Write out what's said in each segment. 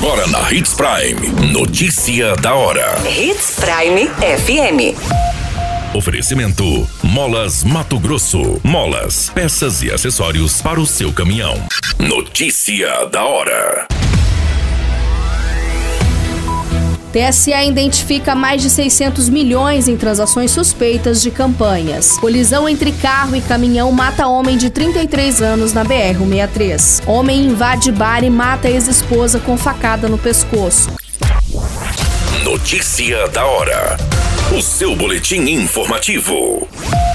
Agora na Hits Prime. Notícia da hora. Hits Prime FM. Oferecimento: Molas Mato Grosso. Molas, peças e acessórios para o seu caminhão. Notícia da hora. TSE identifica mais de 600 milhões em transações suspeitas de campanhas. Colisão entre carro e caminhão mata homem de 33 anos na BR-163. Homem invade bar e mata ex-esposa com facada no pescoço. Notícia da hora. O seu boletim informativo.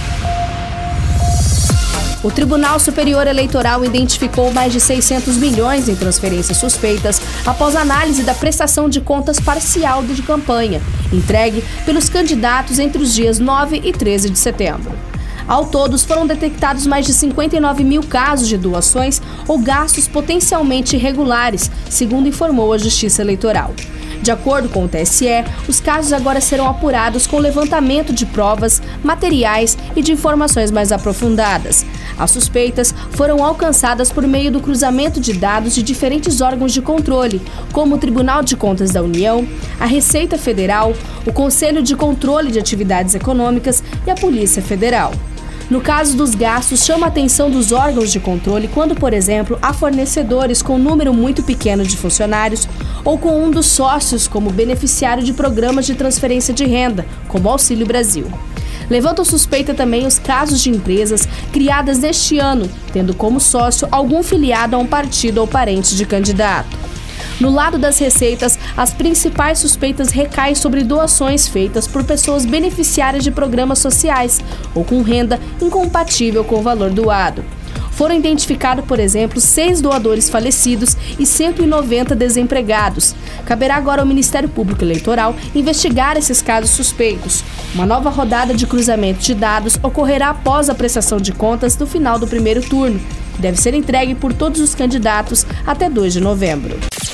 O Tribunal Superior Eleitoral identificou mais de 600 milhões em transferências suspeitas após análise da prestação de contas parcial de campanha, entregue pelos candidatos entre os dias 9 e 13 de setembro. Ao todo, foram detectados mais de 59 mil casos de doações ou gastos potencialmente irregulares, segundo informou a Justiça Eleitoral. De acordo com o TSE, os casos agora serão apurados com levantamento de provas, materiais e de informações mais aprofundadas. As suspeitas foram alcançadas por meio do cruzamento de dados de diferentes órgãos de controle, como o Tribunal de Contas da União, a Receita Federal, o Conselho de Controle de Atividades Econômicas e a Polícia Federal. No caso dos gastos, chama a atenção dos órgãos de controle quando, por exemplo, há fornecedores com um número muito pequeno de funcionários ou com um dos sócios como beneficiário de programas de transferência de renda, como Auxílio Brasil. Levantam suspeita também os casos de empresas criadas neste ano, tendo como sócio algum filiado a um partido ou parente de candidato. No lado das receitas, as principais suspeitas recaem sobre doações feitas por pessoas beneficiárias de programas sociais ou com renda incompatível com o valor doado. Foram identificados, por exemplo, 6 doadores falecidos e 190 desempregados. Caberá agora ao Ministério Público Eleitoral investigar esses casos suspeitos. Uma nova rodada de cruzamento de dados ocorrerá após a prestação de contas no final do primeiro turno, que deve ser entregue por todos os candidatos até 2 de novembro.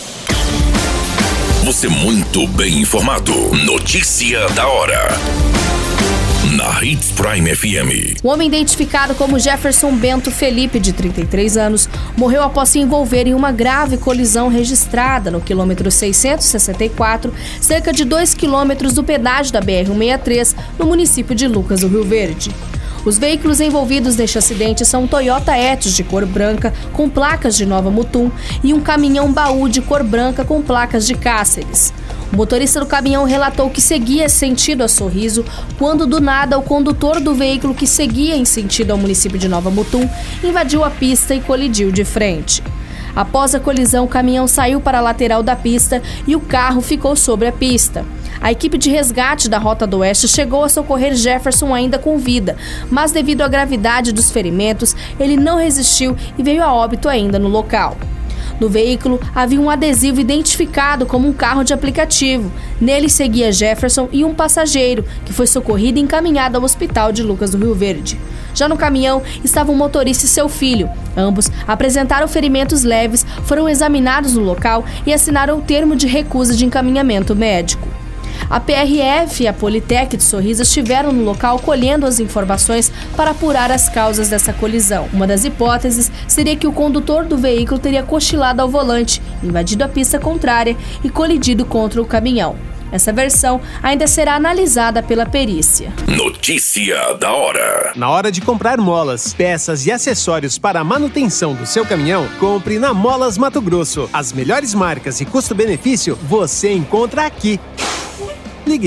Você muito bem informado. Notícia da hora. Na Hits Prime FM. O homem identificado como Jefferson Bento Felipe, de 33 anos, morreu após se envolver em uma grave colisão registrada no quilômetro 664, cerca de 2 quilômetros do pedágio da BR-163, no município de Lucas do Rio Verde. Os veículos envolvidos neste acidente são um Toyota Etios de cor branca com placas de Nova Mutum e um caminhão baú de cor branca com placas de Cáceres. O motorista do caminhão relatou que seguia sentido a Sorriso quando, do nada, o condutor do veículo que seguia em sentido ao município de Nova Mutum invadiu a pista e colidiu de frente. Após a colisão, o caminhão saiu para a lateral da pista e o carro ficou sobre a pista. A equipe de resgate da Rota do Oeste chegou a socorrer Jefferson ainda com vida, mas devido à gravidade dos ferimentos, ele não resistiu e veio a óbito ainda no local. No veículo havia um adesivo identificado como um carro de aplicativo. Nele seguia Jefferson e um passageiro, que foi socorrido e encaminhado ao hospital de Lucas do Rio Verde. Já no caminhão estavam o motorista e seu filho. Ambos apresentaram ferimentos leves, foram examinados no local e assinaram o termo de recusa de encaminhamento médico. A PRF e a Politec de Sorriso estiveram no local colhendo as informações para apurar as causas dessa colisão. Uma das hipóteses seria que o condutor do veículo teria cochilado ao volante, invadido a pista contrária e colidido contra o caminhão. Essa versão ainda será analisada pela perícia. Notícia da hora. Na hora de comprar molas, peças e acessórios para a manutenção do seu caminhão, compre na Molas Mato Grosso. As melhores marcas e custo-benefício você encontra aqui. Ligue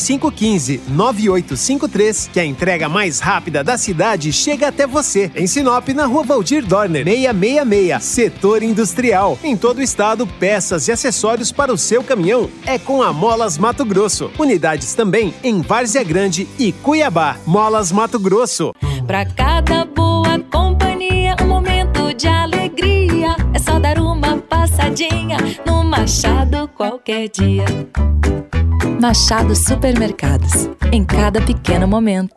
3515-9853, que a entrega mais rápida da cidade chega até você. Em Sinop, na Rua Valdir Dorner, 666, Setor Industrial. Em todo o estado, peças e acessórios para o seu caminhão é com a Molas Mato Grosso. Unidades também em Várzea Grande e Cuiabá. Molas Mato Grosso. Pra cada boa companhia, um momento de alegria. É só dar uma passadinha no Machado qualquer dia. Machado Supermercados. Em cada pequeno momento.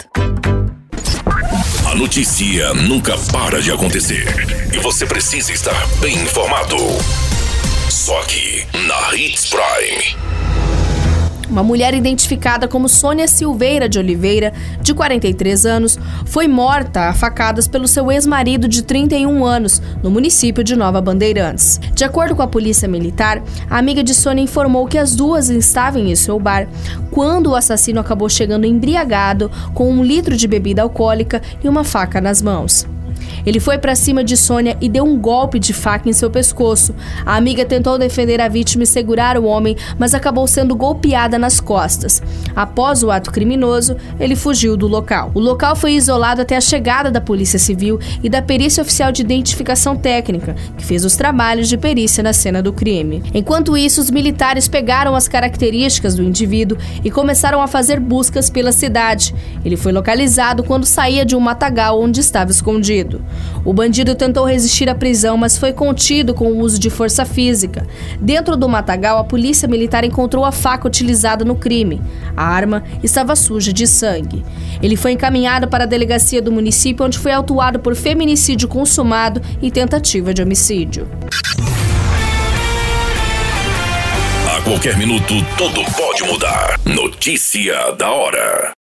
A notícia nunca para de acontecer. E você precisa estar bem informado. Só aqui, na Hits Prime. Uma mulher identificada como Sônia Silveira de Oliveira, de 43 anos, foi morta a facadas pelo seu ex-marido de 31 anos, no município de Nova Bandeirantes. De acordo com a polícia militar, a amiga de Sônia informou que as duas estavam em seu bar quando o assassino acabou chegando embriagado com 1 litro de bebida alcoólica e uma faca nas mãos. Ele foi para cima de Sônia e deu um golpe de faca em seu pescoço. A amiga tentou defender a vítima e segurar o homem, mas acabou sendo golpeada nas costas. Após o ato criminoso, ele fugiu do local. O local foi isolado até a chegada da Polícia Civil e da Perícia Oficial de Identificação Técnica, que fez os trabalhos de perícia na cena do crime. Enquanto isso, os militares pegaram as características do indivíduo e começaram a fazer buscas pela cidade. Ele foi localizado quando saía de um matagal onde estava escondido. O bandido tentou resistir à prisão, mas foi contido com o uso de força física. Dentro do matagal, a polícia militar encontrou a faca utilizada no crime. A arma estava suja de sangue. Ele foi encaminhado para a delegacia do município, onde foi autuado por feminicídio consumado e tentativa de homicídio. A qualquer minuto, tudo pode mudar. Notícia da hora.